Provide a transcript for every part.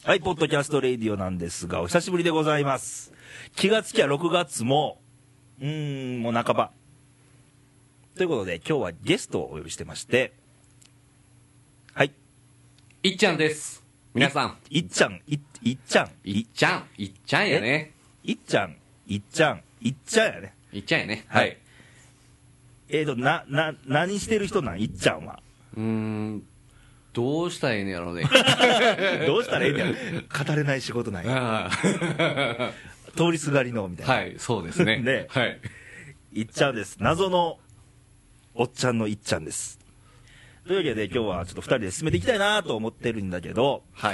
はい、ポッドキャストレディオなんですが、お久しぶりでございます。気がつきゃ6月も、もう半ば。ということで、今日はゲストをお呼びしてまして、はい。 いっちゃんです。皆さん。 いっちゃんやね。 いっちゃんやね。はい。 何してる人なん、いっちゃんは。 どうしたらええねやろうね。 どうしたらええねやろ。語れない仕事なんや。通りすがりの、みたいな。 はい、そうですね。 ね。 はい。 いっちゃんです。謎のおっちゃんのいっちゃんです。というわけで今日はちょっと2人で進めていきたいなと思ってるんだけど、 はい。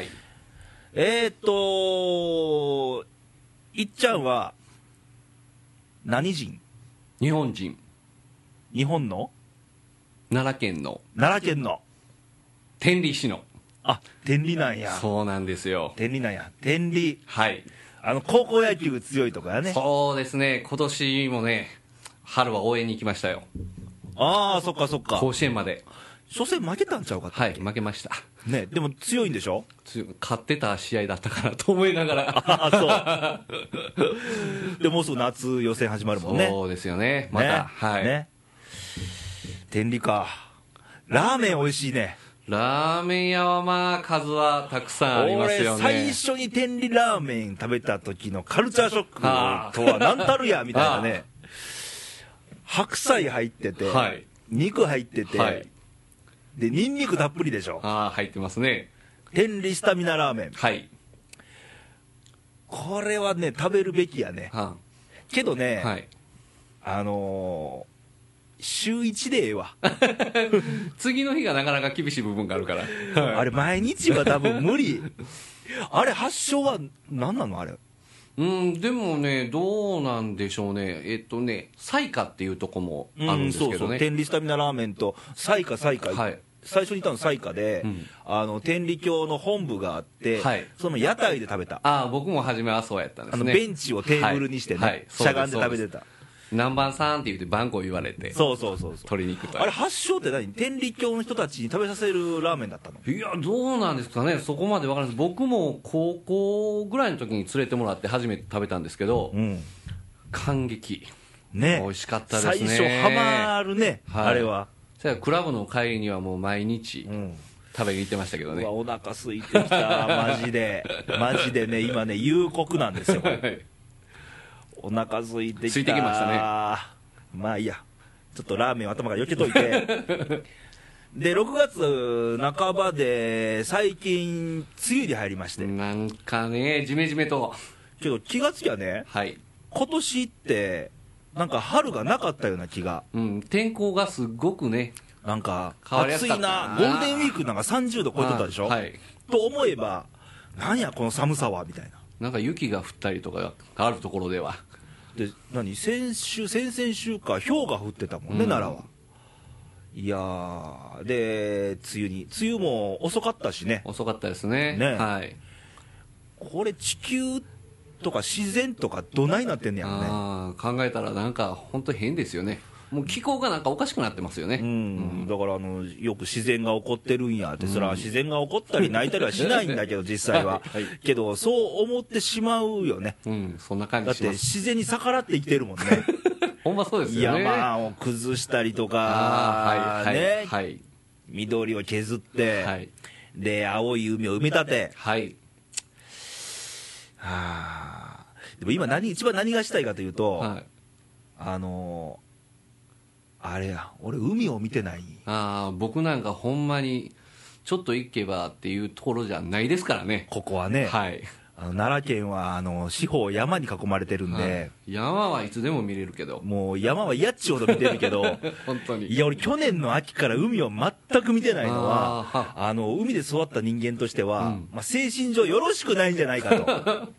いっちゃんは何人？ 日本人。 日本の？ 奈良県の天理市の。 あ、天理なんや。 そうなんですよ。 天理なんや。天理。 はい。 高校野球強いとかやね。 そうですね。今年もね、春は応援に行きましたよ。 ああ、そっかそっか。 甲子園まで。 初戦負けたんちゃうかったっけ？ はい、負けました。 ね、でも強いんでしょ？ 勝ってた試合だったかなと思いながら。 ああ、そう。でもうすぐ夏予選始まるもんね。 そうですよね。また、 ね、 はい。 ね。天理か。ラーメン美味しいね。 ラーメン屋はまあ数はたくさんありますよね。 俺最初に天理ラーメン食べた時のカルチャーショックとは何たるやみたいなね。白菜入ってて、 はい、 肉入ってて、はい、でニンニクたっぷりでしょ。 入ってますね。 天理スタミナラーメン。 はい。 これはね食べるべきやね。けどね、 はい、 週1でええわ。 次の日がなかなか厳しい部分があるから。 あれ毎日は多分無理。あれ発祥は何なのあれ。 でもね、どうなんでしょうね。彩花っていうとこもあるんですけどね。 そうそう、天理スタミナラーメンと彩花、はい、最初にいたの彩花で、天理教の本部があって、はい、その屋台で食べた。 僕も初めはそうやったんですね。 ベンチをテーブルにしてね、はい、しゃがんで食べてた。 何番さんって言って番号言われて、 そう取りに行くと。 あれ発祥って何？天理教の人たちに食べさせるラーメンだったの？ いや、どうなんですかね、そこまで分からないです。僕も高校ぐらいの時に連れてもらって初めて食べたんですけど、感激ね、美味しかったですね。 最初ハマるね、はい、あれは。 クラブの帰りにはもう毎日、食べに行ってましたけどね。 お腹空いてきた。マジでね、今ね夕刻なんですよ。お腹空いてきた。 空いてきましたね。 まあいいや、ちょっとラーメンを頭から避けといて。で6月半ばで最近梅雨に入りまして、 なんかねジメジメと。 けど気がつきゃね、はい、今年ってなんか春がなかったような気が、 天候がすごくね、 なんか暑いな。ゴールデンウィークなんか30度超えてたでしょ、はい、と思えばなんやこの寒さはみたいな。 なんか雪が降ったりとかあるところではで、先々週か氷が降ってたもんね、奈良は。いやー、で梅雨も遅かったしね。 遅かったですね。はい。 これ地球とか自然とかどないなってんねやろね。 考えたらなんか本当変ですよね。もう気候がなんかおかしくなってますよね。 だからよく自然が起こってるんやって、それは自然が起こったり泣いたりはしないんだけど実際は、はい、けどそう思ってしまうよね。 そんな感じします。 だって自然に逆らって生きてるもんね。 ほんまそうですよね。 山を崩したりとかね、はい、緑を削って、はい、で青い海を埋め立て、はい、でも今一番何がしたいかというと、はい、あれや、俺海を見てない。 僕なんかほんまにちょっと行けばっていうところじゃないですからね、 ここはね。はい。奈良県は四方山に囲まれてるんで、 山はいつでも見れるけど、 もう山は嫌っちゅうほど見てるけど本当に。 いや俺去年の秋から海を全く見てないのは、海で育った人間としては、精神上よろしくないんじゃないかと。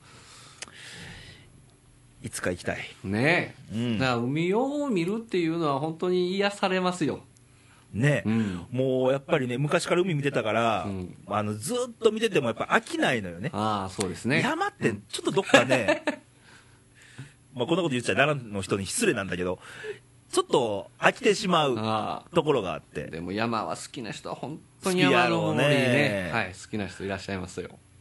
いつか行きたいねえ、だから海を見るっていうのは本当に癒されますよね。もうやっぱりね、昔から海見てたから、ずっと見ててもやっぱ飽きないのよね。 そうですね。 山ってちょっとどっかね、まあこんなこと言っちゃ奈良の人に失礼なんだけど、ちょっと飽きてしまうところがあって。 でも山は好きな人は本当に山の森ね、はい、好きな人いらっしゃいますよ。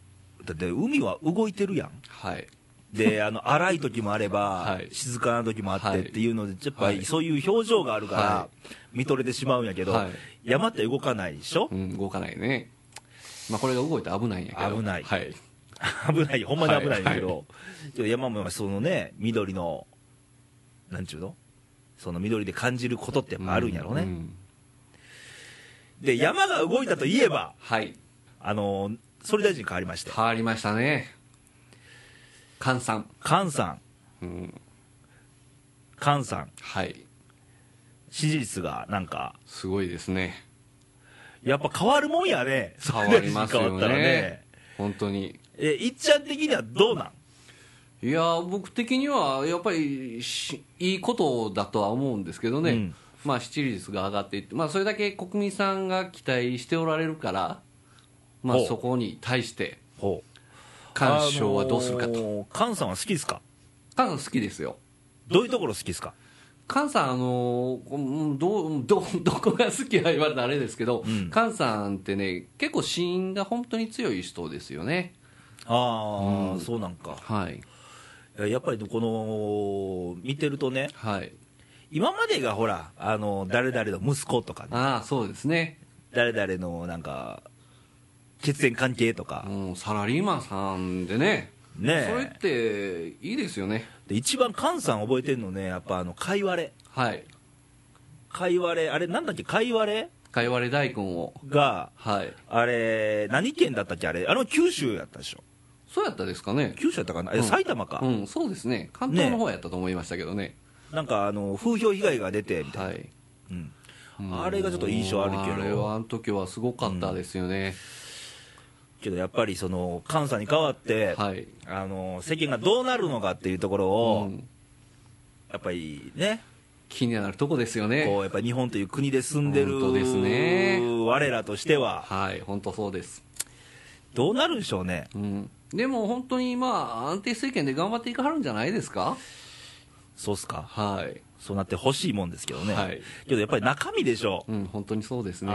だって海は動いてるやん。 はい。 で荒い時もあれば、 はい、 静かな時もあってっていうので、やっぱりはい、 そういう表情があるから、はい、見とれてしまうんやけど、 はい、 山って動かないでしょ、 うん、動かないね。まあこれが動いたら危ないんやけど。 危ない、 はい、 危ない、ほんまに危ないんだけど、 はいはい、山もそのね、緑のなんちゅうの、その緑で感じることってやっぱあるんやろうね、うんうん、で山が動いたといえば、 はい、 総理大臣変わりまして。 変わりましたね。菅さん。 菅さん。 うん。 菅さん。 はい。 支持率がなんか。 すごいですね。 やっぱ変わるもんやね。 変わりますよね。 変わったらね。 本当に。 いっちゃん的にはどうなん？ いや、僕的にはやっぱりいいことだとは思うんですけどね。うん、まあ支持率が上がっていって、まあそれだけ国民さんが期待しておられるから、まあそこに対して。菅首相はどうするかと。 菅さんは好きですか？ 菅さん好きですよ。 どういうところ好きですか？ 菅さんどこが好きは言われたらあれですけど、うん、菅さんってね、結構芯が本当に強い人ですよね。 ああ、うん、そうなんか。 はい。 やっぱりこの見てるとね、 はい、 今までがほら誰々の息子とかね、 ああそうですね、 誰々のなんか血縁関係とか、 うん、サラリーマンさんでね、それっていいですよね。 で一番菅さん覚えてるのね、やっぱかいわれ、 はい、 かいわれ、あれなんだっけ、かいわれ大根をが、 はい、 あれ何県だったっけ、あれ九州やったでしょ。 そうやったですかね。 九州やったかな、埼玉か、 うん、そうですね、関東の方やったと思いましたけどね。 なんか風評被害が出てみたいな、 はいうん、あれがちょっと印象あるけど、 あれはあの時はすごかったですよね、 けどやっぱりその菅さんに代わって、 はい、 世間がどうなるのかっていうところを、やっぱりね、 気になるとこですよね。 こうやっぱ日本という国で住んでる本当ですね、 我らとしては、 はい、本当そうです。 どうなるんでしょうね、 うん、でも本当にまあ安定政権で頑張っていかはるんじゃないですか。 そうっすか、 はい、 そうなってほしいもんですけどね、 はい、 けどやっぱり中身でしょ、 うん、本当にそうですね。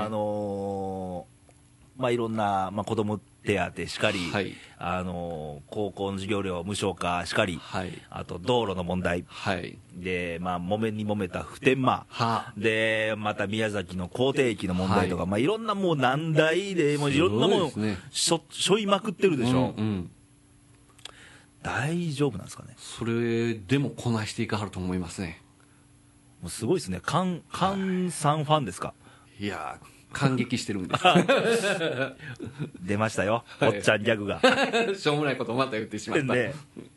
まあ、いろんな、まあ、子ども手当しかり、 はい、 高校の授業料無償化しかり、 はい、 あと道路の問題、 はい、 で、まあ、揉めに揉めた普天間、でまた宮崎の口蹄疫の問題とか、はい、まあ、いろんなもう難題で、もういろんなものしょいまくってるでしょ、 うんうん、 大丈夫なんですかね。 それでもこなしていかはると思いますね。 もうすごいですね、菅さんファンですか。 いや感激してるんです出ましたよ、おっちゃんギャグがしょうもないことをまた言ってしまった、ね、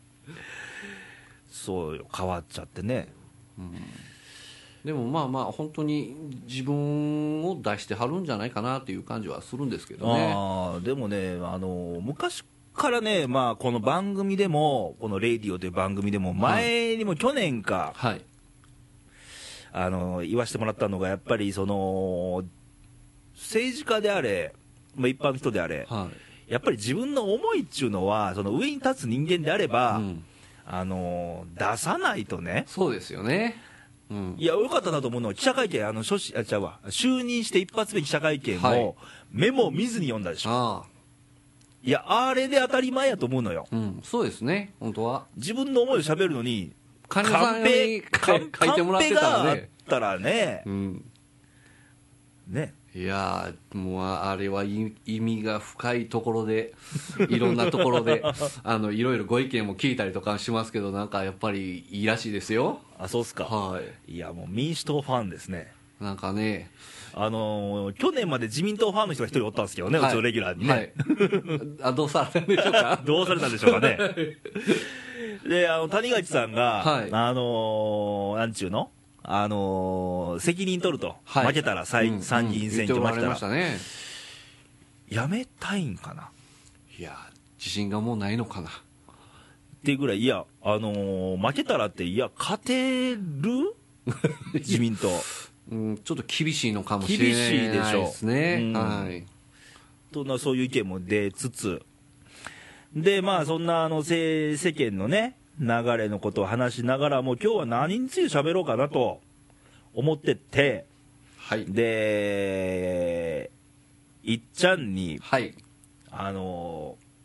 そうよ、変わっちゃってね、 うん、でもまあまあ本当に自分を出してはるんじゃないかなっていう感じはするんですけどね。 でもね、昔からね、まあ、この番組でも、この「レイディオ」という番組でも前にも去年か、 はい、 言わせてもらったのが、やっぱりその政治家であれ、まあ、一般の人であれ、はい、やっぱり自分の思いっていうのは、その上に立つ人間であれば、うん、出さないとね。 そうですよね、 うん、いや、よかったなと思うのは、記者会見、就任して一発目記者会見を、メモを見ずに読んだでしょ。いや、あれで当たり前やと思うのよ、 うん、そうですね、本当は。 自分の思いをしゃべるのに、 カンペがあったらね、 うん、 ね。 いやもうあれは意味が深いところで、いろんなところでいろいろご意見も聞いたりとかしますけど、なんかやっぱりいいらしいですよ。 あ、そうっすか。 はい。 いや、もう民主党ファンですね。 なんかね、 去年まで自民党ファンの人が一人おったんですけどね、はい、うちのレギュラーにね、 はい、どうされたんでしょうかどうされたんでしょうかねで、谷垣さんが、 はい、 なんちゅうの、責任取ると、はい、負けたら参議院選挙負けたら、 ね、 やめたいんかな。 いや、自信がもうないのかなっていうぐらい、いや、負けたらって、いや、勝てる自民党うん、ちょっと厳しいのかもしれないですね。 厳しいでしょう、はい、そういう意見も出つつで、まあ、そんな世間のね流れのことを話しながらも、今日は何について喋ろうかなと思ってて、 はい、 でいっちゃんに、 はい、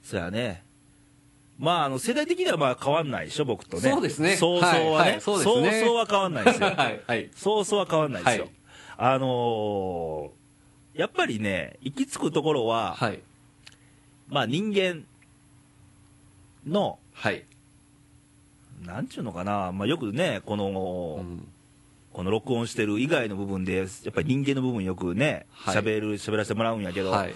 そうやね。まあ、世代的にはまあ変わんないでしょ、僕とね。 そうですね。 そうそうはね、 はいはいそうですねそうは変わんないですよ。 はいはいそうそうは変わんないですよ。やっぱりね、行き着くところは、 はいまあ人間の、 はい、 なんちゅうのかな、まあよくね、この録音してる以外の部分で、やっぱり人間の部分よくね、 はい喋らせてもらうんやけど、 はい、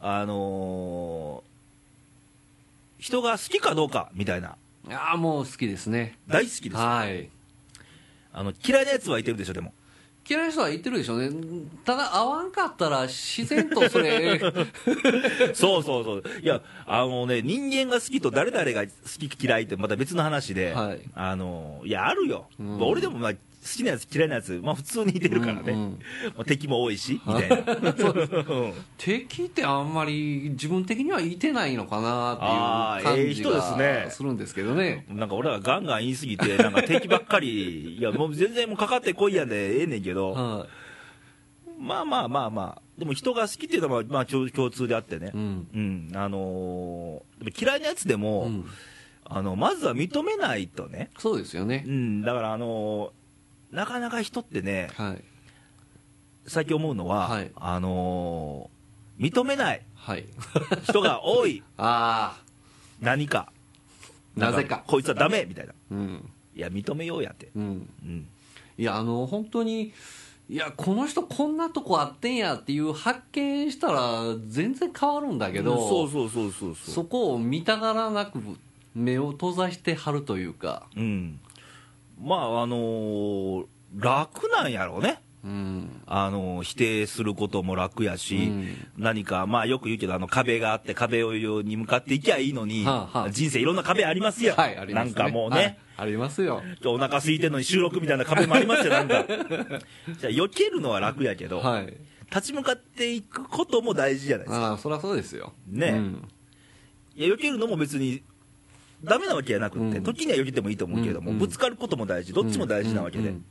人が好きかどうかみたいな、 ああもう好きですね。 大好きですよ。 はい、 嫌いなやつはいてるでしょ、でも。 嫌いな人は言ってるでしょうね。ただ合わんかったら自然とそれそうそうそう。いや、人間が好きと誰々が好き嫌いってまた別の話で、 はいいや、あるよ。俺でもまあ、好きなやつ嫌いなやつ、まあ普通にいてるからね。まあ敵も多いし、みたいな。 敵ってあんまり自分的にはいてないのかなっていう感じがするんですけどね。 なんか俺らガンガン言いすぎて、なんか敵ばっかり、いや、もう全然もうかかってこいやでええねんけど、まあまあまあまあ、でも人が好きっていうのはまあ共通であってね。でも嫌いなやつでも、まずは認めないとね。 そうですよね。 だからなかなか人ってね、 はい、 最近思うのは、 はい、 認めない人が多い。 ああ。 何か。 なぜか。 こいつはダメみたいな。いや、認めようやって。 いや、本当に、いや、この人こんなとこあってんやっていう発見したら全然変わるんだけど、そこを見たがらなく目を閉ざしてはるというか。 まあ楽なんやろうね。否定することも楽やし、何かまあよく言うけど壁があって壁に向かっていきゃいいのに、人生いろんな壁ありますよ。なんかもうね、 ありますよ。 お腹空いてるのに収録みたいな壁もありますよ。なんかじゃあ避けるのは楽やけど、立ち向かっていくことも大事じゃないですか。 そりゃそうですよね。いや、避けるのも別にダメなわけじゃなくて、時には避けてもいいと思うけれども、ぶつかることも大事、どっちも大事なわけで、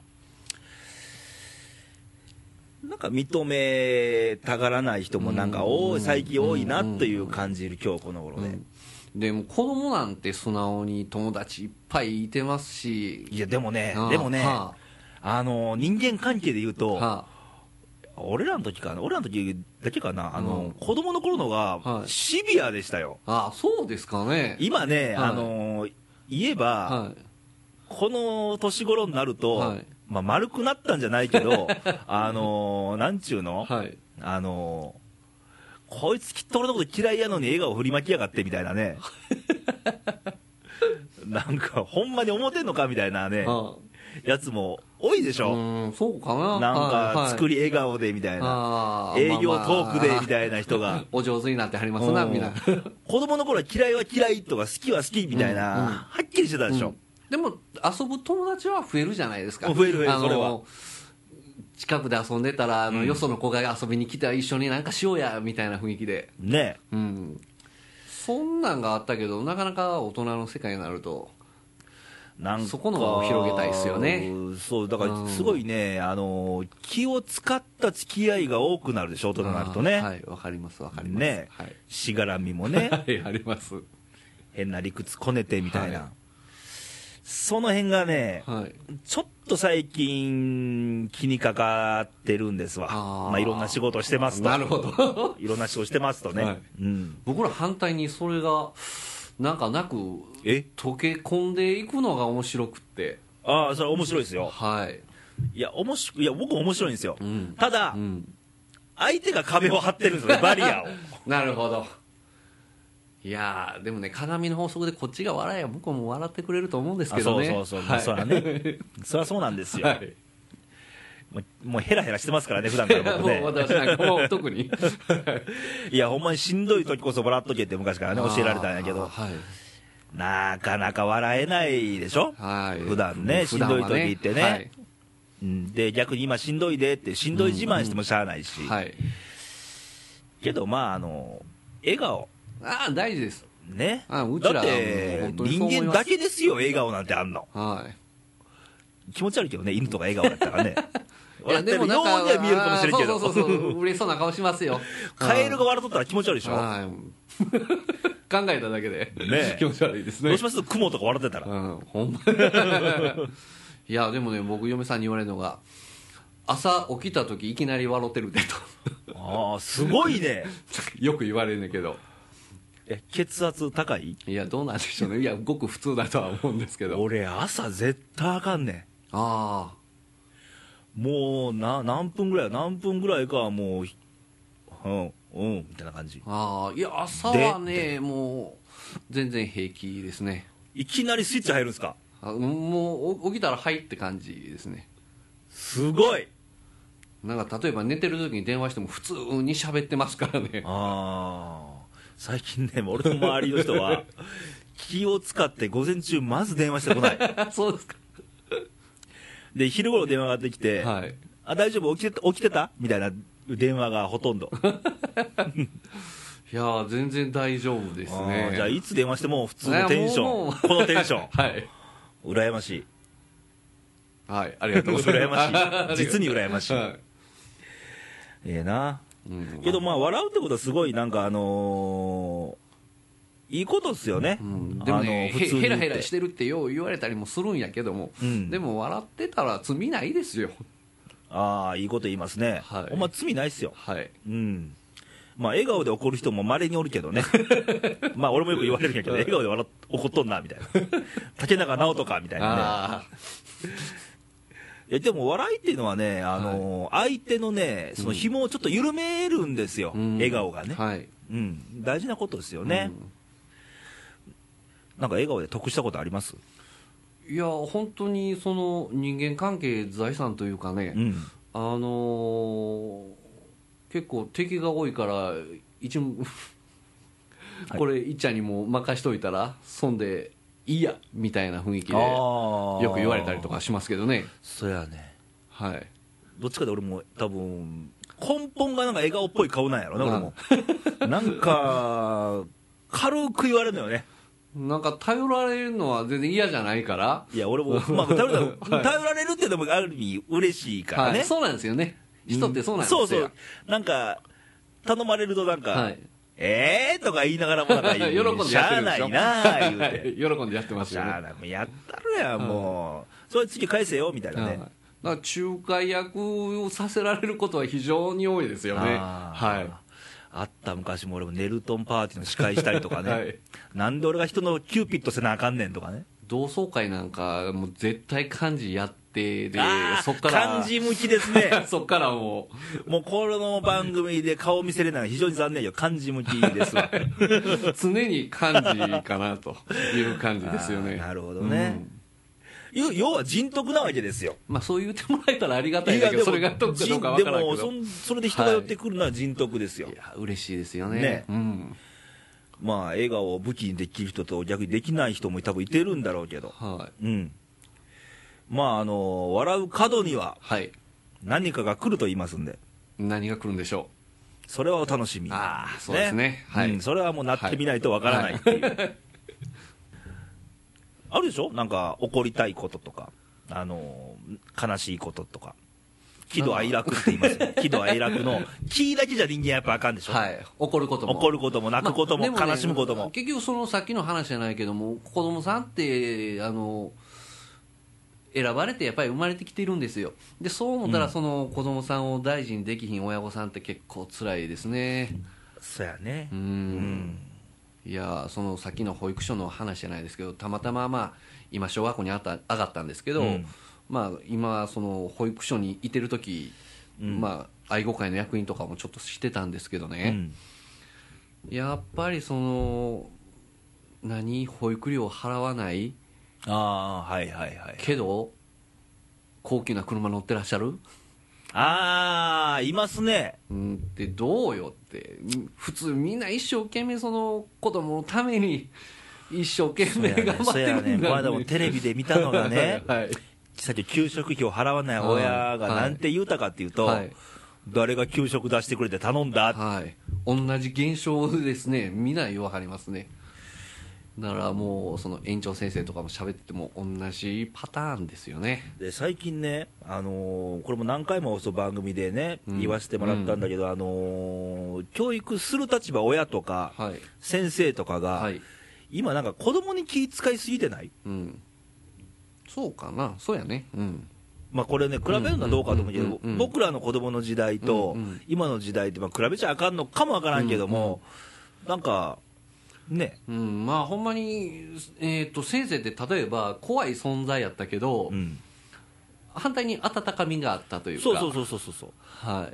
なんか認めたがらない人もなんか最近多いなという感じる今日この頃で。 でも子供なんて素直に友達いっぱいいてますし。 いやでもね、人間関係で言うと、俺らの時だけかな、子供の頃のがシビアでしたよ。 そうですかね。 今ね、言えば、この年頃になると、まあ、丸くなったんじゃないけど、なんちゅうの、こいつきっと俺のこと嫌いやのに笑顔振りまきやがってみたいなね。なんか、ほんまに思ってんのかみたいなね、やつも多いでしょ。 そうかな。 なんか、作り笑顔でみたいな。営業トークでみたいな人が。 お上手になってはりますな、みんな。 子供の頃は嫌いは嫌いとか好きは好きみたいな、はっきりしてたでしょ。 でも遊ぶ友達は増えるじゃないですか。 増えるそれは近くで遊んでたらよその子が遊びに来て一緒になんかしようやみたいな雰囲気でね、 そんなんがあったけど、なかなか大人の世界になるとなんかそこの輪を広げたいですよね。 そうだからすごいね、気を使った付き合いが多くなるでしょ、大人になるとね。 わかりますね、しがらみもねあります。 変な理屈こねてみたいな、その辺がね、ちょっと最近気にかかってるんですわ。まあいろんな仕事をしてますと。 なるほど。 いろんな仕事してますとね、 僕ら反対にそれがなんかなく溶け込んでいくのが面白くって。 それは面白いですよ。いや僕面白いんですよ、ただ、相手が壁を張ってるんですよね、バリアを。 なるほど。いやでもね、鏡の法則でこっちが笑えば向こうも笑ってくれると思うんですけどね。 そらね、そりゃそうなんですよ。もうヘラヘラしてますからね、普段から僕ね。 もう私なんかもう特にいやほんまにしんどい時こそ笑っとけって昔からね教えられたんやけど、なかなか笑えないでしょ、普段ね、しんどい時ってね。で逆に今しんどいでってしんどい自慢してもしゃあないし、けどまあ笑顔大事ですね。 うちらだって人間だけですよ、笑顔なんてあんの。気持ち悪いけどね、犬とか笑顔だったらね。 いやでもなんかようには見えるかもしれんけど、 そう嬉しそうな顔しますよ。 カエルが笑っとったら気持ち悪いでしょ。 考えただけで、 ね気持ち悪いですね。 どうします雲とか笑ってたら。 ほんまいやでもね、僕嫁さんに言われるのが、朝起きた時いきなり笑ってるでとああ、すごいね。 よく言われるんだけど、 血圧高い？ いやどうなんでしょうね。いやごく普通だとは思うんですけど。 俺朝絶対あかんねん。 あもう何分ぐらいかはもうみたいな感じ。 いや朝はねもう全然平気ですね。 いきなりスイッチ入るんですか？ もう起きたらはいって感じですね。 すごい。 なんか例えば寝てる時に電話しても普通に喋ってますからね。 最近ね、俺の周りの人は気を使って午前中まず電話してこないそうですか。 で昼頃電話がかかってきて、 はい、 大丈夫、起きてたみたいな電話がほとんどいや全然大丈夫ですね。 じゃあいつ電話しても普通のテンション、このテンションはい羨ましい。 はい、ありがとうございます。 羨ましい実に羨ましい、 はい、 な、けどまあ笑うってことはすごいなんかいいことっすよね、 でもね普通にヘラヘラしてるってよう言われたりもするんやけども、でも笑ってたら罪ないですよ。 いいこと言いますね、お前罪ないっすよ。 はい、 まあ笑顔で怒る人も稀におるけどねまあ俺もよく言われるんやけど、笑顔で怒っとんなみたいな竹中直人かみたいなね。でも笑いっていうのはね、相手のねその紐をちょっと緩めるんですよ、笑顔がね、大事なことですよね、なんか笑顔で得したことあります？ いや本当にその人間関係財産というかね、結構敵が多いからこれいっちゃんにも任しといたら損でいいやみたいな雰囲気でよく言われたりとかしますけどね。 そうやね、 はい、 どっちかで俺も多分根本がなんか笑顔っぽい顔なんやろね、俺もなんか軽く言われるのよね。 なんか頼られるのは全然嫌じゃないから。 いや俺も、まあ、頼られるっていうのもある意味嬉しいからね、 そうなんですよね、人ってそうなんですよ、 そうなんか頼まれるとなんか、とか言いながらもなんか喜んでやってるでしょ、 しゃあないな言うて喜んでやってますよね。 しゃあない、やったるやんもう、それ次返せよみたいなね、 だから仲介役をさせられることは非常に多いですよね。 あった昔も俺もネルトンパーティーの司会したりとかね、なんで俺が人のキューピッドせなあかんねんとかね、 同窓会なんかもう絶対漢字やってで、そっから漢字向きですねそっからもうこの番組で顔見せれないのは非常に残念よ、漢字向きですわ常に漢字かなという感じですよね。 なるほどね、要は人徳なわけですよ。 まあそう言ってもらえたらありがたいんだけど、それが得かどうかわからないけど、 でもそれで人が寄ってくるのは人徳ですよ。 いや嬉しいですよね。 まあ笑顔を武器にできる人と逆にできない人も多分いてるんだろうけど、まあ笑う角には何かが来ると言いますんで、 何が来るんでしょう、それはお楽しみ。 そうですね、 それはもうなってみないとわからないっていう、あるでしょ、なんか怒りたいこととか悲しいこととか、喜怒哀楽って言いますよね喜怒哀楽の喜だけじゃ人間やっぱあかんでしょ、 怒ることも泣くことも、悲しむことも、 結局そのさっきの話じゃないけども、子供さんって選ばれてやっぱり生まれてきてるんですよ。でそう思ったら、その子供さんを大事にできひん親御さんって結構辛いですね。 そうやね。 いやそのさっきの保育所の話じゃないですけど、たまたま今小学校に上がったんですけど、今その保育所にいてる時、愛護会の役員とかもちょっとしてたんですけどね、やっぱりその保育料を払わないけど高級な車乗ってらっしゃる、 いますね。 でどうよって、普通みんな一生懸命その子供のために一生懸命頑張ってるんだ、 この間もテレビで見たのがね、さっき給食費を払わない親がなんて言うたかっていうと、誰が給食出してくれて頼んだ、 同じ現象ですね、みんなよくわかりますね。 だからもうその園長先生とかも喋ってても同じパターンですよね。 で最近ね、これも何回もそう番組でね、言わせてもらったんだけど、教育する立場、親とか、 はい、 先生とかが、 はい、 今なんか子供に気遣いすぎてない？ そうかな、そうやね。 まあこれね、比べるのはどうかと思うけど、僕らの子供の時代と、今の時代って、まあ比べちゃあかんのかもわからんけども、なんか、ね。 まあほんまに、先生って例えば怖い存在やったけど、反対に温かみがあったというか。 そう。 はい。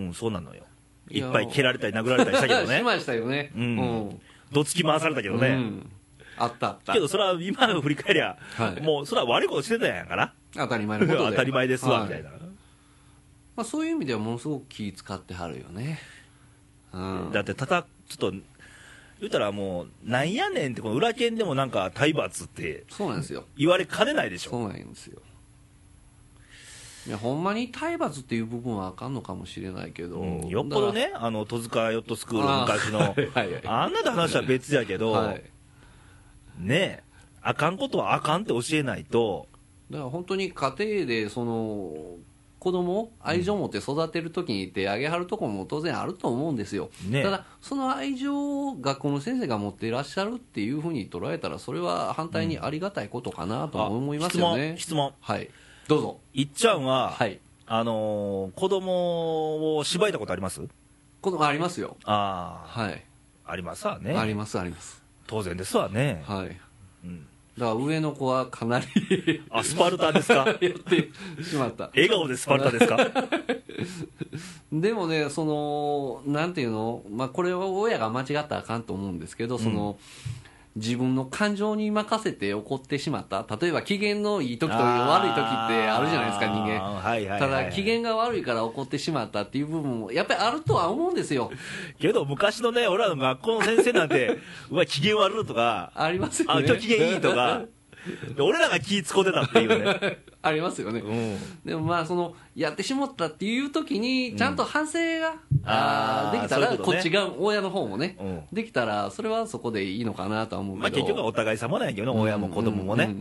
そうなのよ。いっぱい蹴られたり殴られたりしたけどね。 しましたよね。 どつき回されたけどね。 あったけどそれは今振り返りゃ、もうそれは悪いことしてたんやから。 当たり前のことで。 当たり前ですわ、みたいな。 まあそういう意味ではものすごく気使ってはるよね。 だってちょっと、言うたらもう、なんやねんって、この裏剣でもなんか体罰って、 そうなんですよ。 言われかねないでしょ。 そうなんですよ。いやほんまに体罰っていう部分はあかんのかもしれないけど、 よっぽどね、戸塚ヨットスクール昔の、あんな話は別やけど、ねえ、あかんことはあかんって教えないと。 だから本当に家庭でその子供を愛情を持って育てるときに手上げはるところも当然あると思うんですよ、ただその愛情を学校の先生が持っていらっしゃるっていうふうに捉えたらそれは反対にありがたいことかなと思いますよね。 質問、 はいどうぞ。 いっちゃんは、 はい、 子供をしばいたことあります？ ありますよ。 はい、ありますわね。 ありますあります、 当然ですわね。 はい、だから上の子はかなりスパルタですか？ やってしまった。 笑顔でスパルタですか？ でもね、そのなんていうの、まあ、これは親が間違ったらあかんと思うんですけど、その自分の感情に任せて怒ってしまった。例えば機嫌のいい時と悪い時ってあるじゃないですか、人間。ただ機嫌が悪いから怒ってしまったっていう部分もやっぱりあるとは思うんですよ。 けど昔のね、俺らの学校の先生なんてうわ機嫌悪いとかありますよね。 今日機嫌いいとか俺らが気使ってたっていうねありますよね、でもまあそのやってしまったっていう時にちゃんと反省が、できたらこっちが親の方もね、できたらそれはそこでいいのかなとは思うけど、 まあ結局はお互い様なんやけどね、親も子供もね、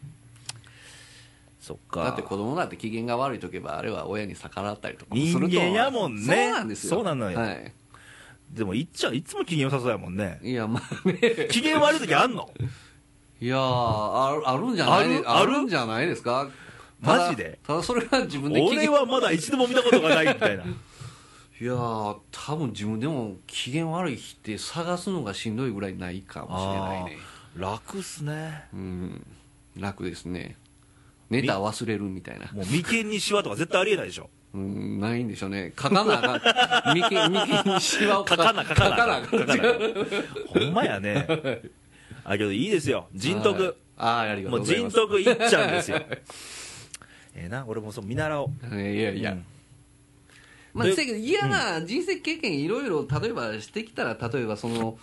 そっか。 だって子供だって機嫌が悪い時はあれは親に逆らったりとかもすると人間やもんね。 そうなんですよ。 そうなのよ、でもいっちゃんいつも機嫌良さそうやもんね。 いやまあね機嫌悪い時あんの？ いやあるんじゃない？あるんじゃないですか。 マジで？ ただそれは自分で俺はまだ一度も見たことがないみたいな。 いや多分自分でも機嫌悪い日って探すのがしんどいぐらいないかもしれないね。 楽っすね。 楽ですね。ネタ忘れるみたいな。 もう眉間にシワとか絶対ありえないでしょ。 ないんでしょうね。書かなあかん。眉間にシワを書かなほんまやね。けどいいですよ、人徳。 ありがとうございます。 もう人徳いっちゃうんですよ。俺もそう見習おう。 いや、まあ嫌な人生経験いろいろ例えばしてきたら、例えばその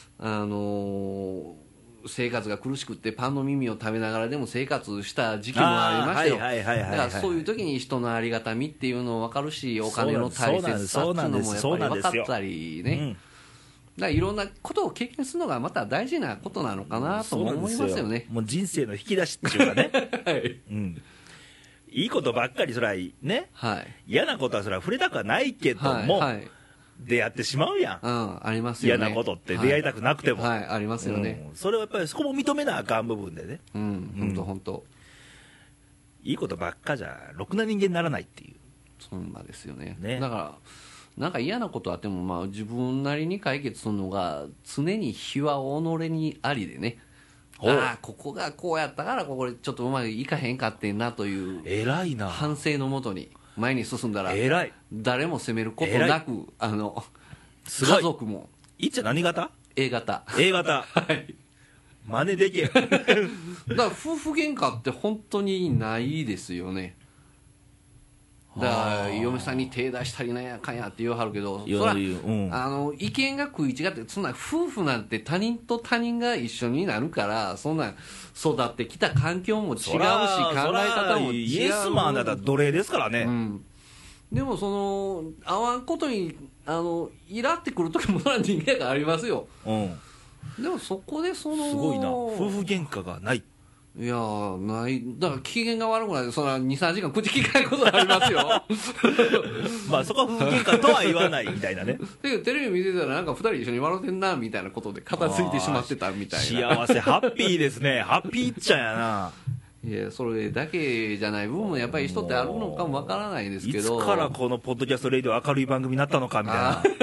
生活が苦しくってパンの耳を食べながらでも生活した時期もありましたよ。だからそういう時に人のありがたみっていうのも分かるし、お金の大切さっていうのもやっぱり分かったりね。だからいろんなことを経験するのがまた大事なことなのかなと思いますよね。 もう人生の引き出しっていうかね、いいことばっかりそれはね、嫌なことはそれは触れたくはないけども、出会ってしまうやん、 ありますよね。 嫌なことって出会いたくなくても、 ありますよね。 それはやっぱりそこも認めなあかん部分でね、 本当いいことばっかじゃろくな人間にならないっていう、 そんなですよね。だからなんか嫌なことあっても、まあ、自分なりに解決するのが常に非は己にありでね、ここがこうやったからここでちょっとうまくいかへんかってんなという偉いな反省のもとに前に進んだら誰も責めることなく家族も。 いっちゃ何型？ A 型。 A 型真似できへんだから夫婦喧嘩って本当にないですよね。だから嫁さんに手出したりなんやかんやって言わはるけど、それは意見が食い違って、そんな夫婦なんて他人と他人が一緒になるから、そんな育ってきた環境も違うし考え方も違う。 イエスマンだったら奴隷ですからね、 でもその合わんことにイラってくる時も人間がありますよ。 でもそこでそのすごいな、夫婦喧嘩がない。 いやーないだから機嫌が悪くないでそんな23時間口聞かないことになりますよまあそこは夫婦喧嘩とは言わないみたいなね。 でテレビ見てたらなんか2人一緒に笑ってんなみたいなことで片付いてしまってたみたいな。 幸せハッピーですね。ハッピーっちゃんやな。 いやそれだけじゃない部分もやっぱり人ってあるのかもわからないですけど、 いつからこのポッドキャストレディオ明るい番組になったのかみたいな。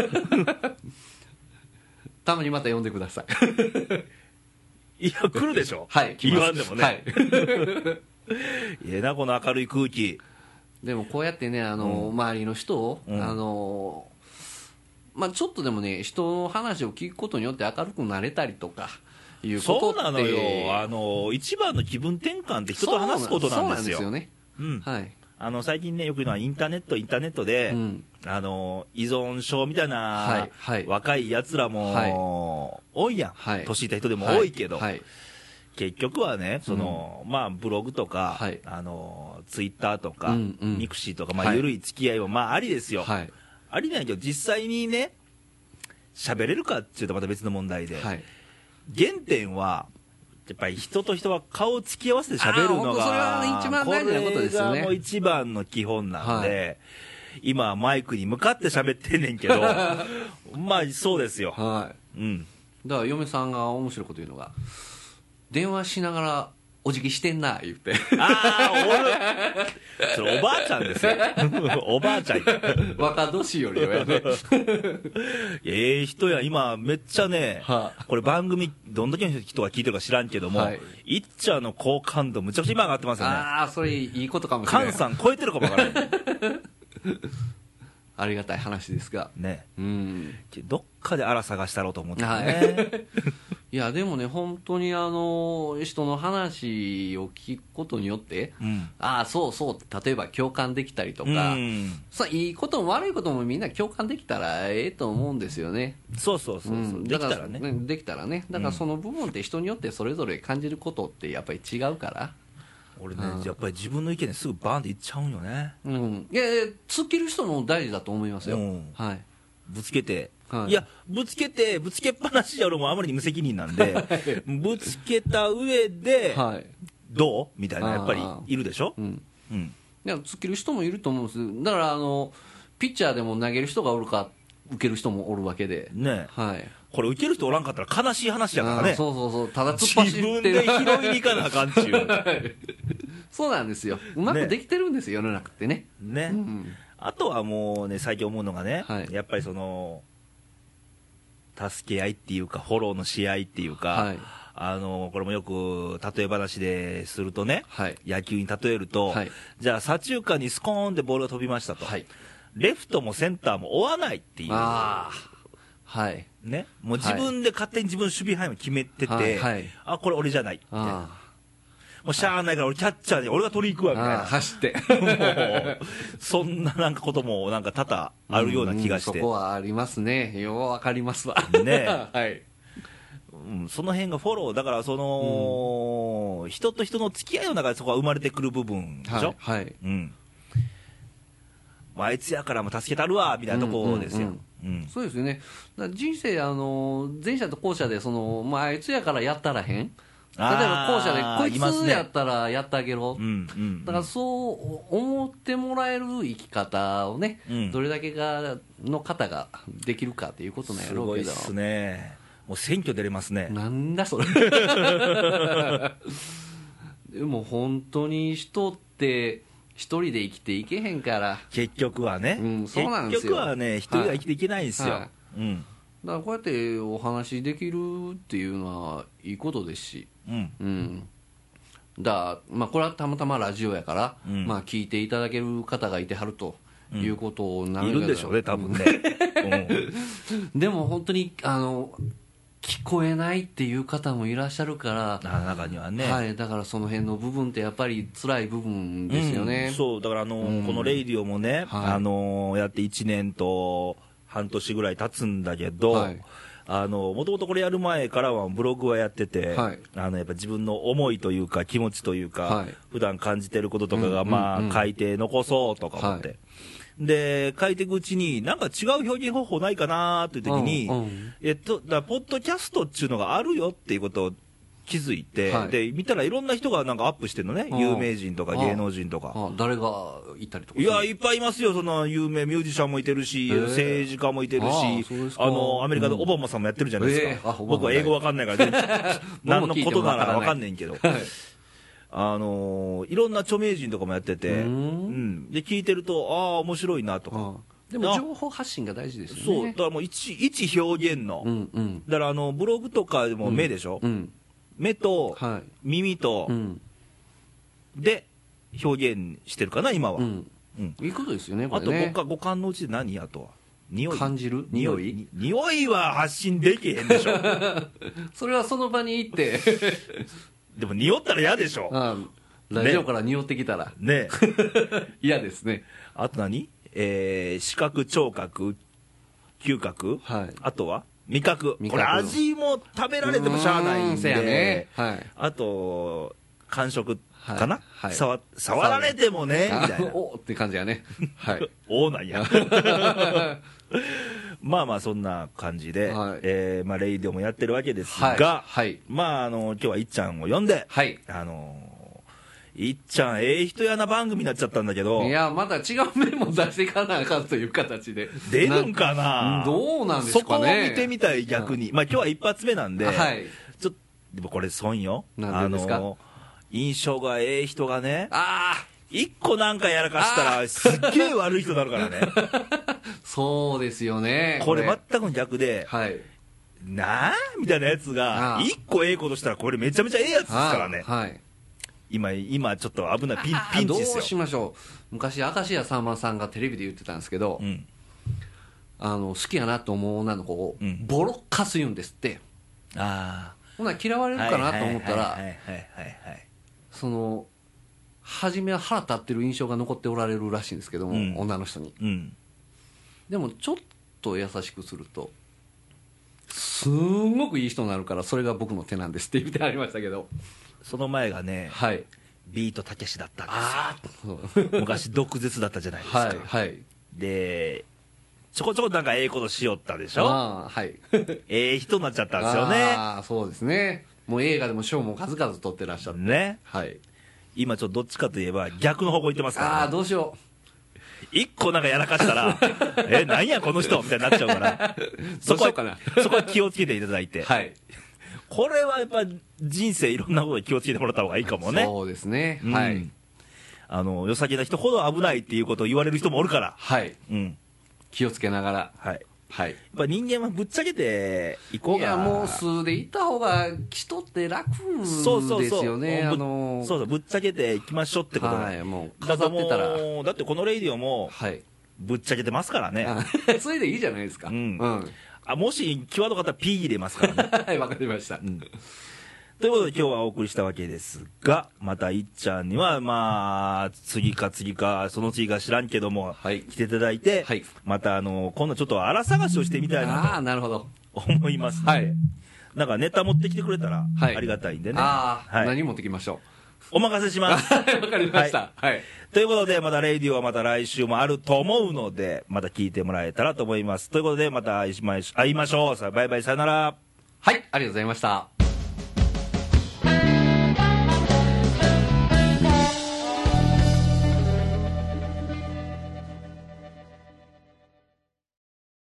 たまにまた呼んでください。 いや来るでしょ。 はい言わんでもね。 はい、 いやなこの明るい空気。 でもこうやってね周りの人を、まあ、ちょっとでもね人の話を聞くことによって明るくなれたりとかいうことって、 そうなのよ。一番の気分転換って人と話すことなんですよ。 そうなんですよね。はい。 最近ねよく言うのはインターネットで、依存症みたいな、 はいはい、 若いやつらも、多いやん、 はい、 年いった人でも多いけど、 はいはい、 結局はねまあ、ブログとか、 はい、 ツイッターとか、ミクシーとか、まあ、緩い付き合いも、まあ、ありですよ、 はい、 ありなんやけど実際にね喋れるかっていうとまた別の問題で、はい、原点はやっぱり人と人は顔を突き合わせて喋るのがそれは一番大事なことですよね。 これがもう一番の基本なんで、はい、今はマイクに向かって喋ってんねんけどまあそうですよ、 はい、だから嫁さんが面白いこと言うのが電話しながらお辞儀してんな言ってああそれおばあちゃんですよおばあちゃん若年寄りよやね人や今めっちゃね、これ番組どんだけの人が聞いてるか知らんけども、いっちゃんの好感度むちゃくちゃ今上がってますよね。 ああそれいいことかもしれない。 菅さん超えてるかもわからないありがたい話ですがね、どっかであら探したろうと思ってね、 いやでもね本当に人の話を聞くことによって、ああそうそう例えば共感できたりとか、いいことも悪いこともみんな共感できたらええと思うんですよね。 そうできたらね、 できたらね。だからその部分って人によってそれぞれ感じることってやっぱり違うから俺ね、やっぱり自分の意見ですぐバーンって言っちゃうんよね。 いや突っ切る人も大事だと思いますよ、はい、 ぶつけて、いやぶつけっぱなしじゃ俺もあまりに無責任なんでぶつけた上で、どうみたいなやっぱりいるでしょ。いや突っ切る人もいると思うんです。だからピッチャーでも投げる人がおるか受ける人もおるわけでね、 これ受ける人おらんかったら悲しい話やからね。 そうただ突っ走って自分で拾いに行かなあかんっちゅうそうなんですよ。うまくできてるんですよ、世の中ってね。 あとはもうね最近思うのがね、やっぱりその助け合いっていうかフォローのし合いっていうか、これもよく例え話でするとね、野球に例えると、じゃあ左中間にスコーンでボールが飛びましたと、レフトもセンターも追わないっていう、ね、もう自分で勝手に自分の守備範囲を決めてて、あこれ俺じゃないみたいな、もうしゃあないから俺キャッチャーで俺が取り行くわみたいな、 走ってもうそんななんかこともなんか多々あるような気がして、 そこはありますね。ようわかりますわねその辺がフォローだからその、人と人の付き合いの中でそこは生まれてくる部分でしょ。あいつやからも助けたるわみたいなとこですよ。 そうですよね。だ人生前者と後者であいつやからやったらへん、例えば後者でこいつやったらやってあげろ、だからそう思ってもらえる生き方をね、どれだけの方ができるかっていうことなんやろうけど。 すごいっすね。もう選挙出れますね。 なんだそれでも本当に人って一人で生きていけへんから結局はね、 そうなんですよ。 結局はね一人では生きていけないんですよ、 だからこうやってお話できるっていうのはいいことですし、これはたまたまラジオやから、聞いていただける方がいてはるということになるいるんでしょうね多分ねでも本当に聞こえないっていう方もいらっしゃるから中にはね、 だからその辺の部分ってやっぱり辛い部分ですよね、 そうだからこのレイディオもね、やって1年と半年ぐらい経つんだけど、もともとこれやる前からはブログはやってて、やっぱ自分の思いというか気持ちというか、普段感じてることとかが書いて残そうとか思って、 で書いていくうちになんか違う表現方法ないかなーっていう時に、だポッドキャストっていうのがあるよっていうことを気づいて、 はい、 で見たらいろんな人がなんかアップしてるのね、有名人とか芸能人とか。 誰がいたりとか。 いや、いっぱいいますよ、その有名ミュージシャンもいてるし、政治家もいてるし、アメリカでオバマさんもやってるじゃないですか、僕は英語わかんないから、何のことならわかんないんけど、いろんな著名人とかもやってて、で聞いてると、面白いなとか。 でも情報発信が大事ですよね。 そう、だからもう一表現の、だからブログとかでも目でしょ、目と耳とで表現してるかな、今は。 いいことですよね、これね。あと五感のうちで何、あとは匂い、 感じる匂いは発信できへんでしょそれはその場に行ってでも匂ったら嫌でしょ。 ラジオから匂ってきたらね嫌ですね。 あと何、視覚、聴覚、嗅覚、あとは味覚。これ味も食べられてもしゃあないんで、あと感触かな、触られてもねみたいなおって感じやね。 おなんやまあまあそんな感じで、レイディオもやってるわけですが、まあ今日はいっちゃんを呼んで、いっちゃん人やな番組になっちゃったんだけど、 いやまた違う面も出していかなあかんという形で出るんかな、 どうなんですかね。 そこを見てみたい、逆に。まあ今日は一発目なんで、ちょっとでもこれ損よ。 なんでですか。 印象が人がね、一個なんかやらかしたらすっげえ悪い人になるからねそうですよね。 これ全く逆で、なあみたいなやつが一個ことしたらこれめちゃめちゃやつですからね。今ちょっと危ないピンチですよ。 どうしましょう。昔明石家さんまさんがテレビで言ってたんですけど、好きやなと思う女の子をボロカス言うんですって。ほな嫌われるかなと思ったら、その初めは腹立ってる印象が残っておられるらしいんですけども、女の人に、でもちょっと優しくするとすんごくいい人になるから、それが僕の手なんですって言ってありましたけど、 その前がね、ビートたけしだったんですよ。昔毒舌だったじゃないですか。でちょこちょこなんかことしよったでしょ。人になっちゃったんですよね。 そうですね。もう映画でも賞も数々取ってらっしゃってね。 今ちょっとどっちかといえば逆の方向行ってますからね。 どうしよう。 一個なんかやらかしたらなんやこの人みたいになっちゃうから、そこは気をつけていただいて、これはやっぱ人生いろんなことに気をつけてもらった方がいいかもね。 そうですね。 良さげな人ほど危ないっていうことを言われる人もおるから、 気をつけながら。 やっぱ人間はぶっちゃけていこうか。 いやもう素でいった方が人って楽ですよね。 ぶっちゃけていきましょうってことだ。 もう飾ってたらだってこのレイディオもぶっちゃけてますからね。 それでいいじゃないですか。 もし際どかったら P 入れますからね。 わかりました。 ということで今日はお送りしたわけですが、またいっちゃんにはまあ次かその次か知らんけども、来ていただいて、また今度ちょっと荒探しをしてみたいなとなるほど思いますので、なんかネタ持ってきてくれたらありがたいんでね。 何持ってきましょう。お任せします。 わかりました。 ということでまたレイディオはまた来週もあると思うので、また聞いてもらえたらと思います。ということでまた会いましょう。バイバイ、さよなら。 ありがとうございました。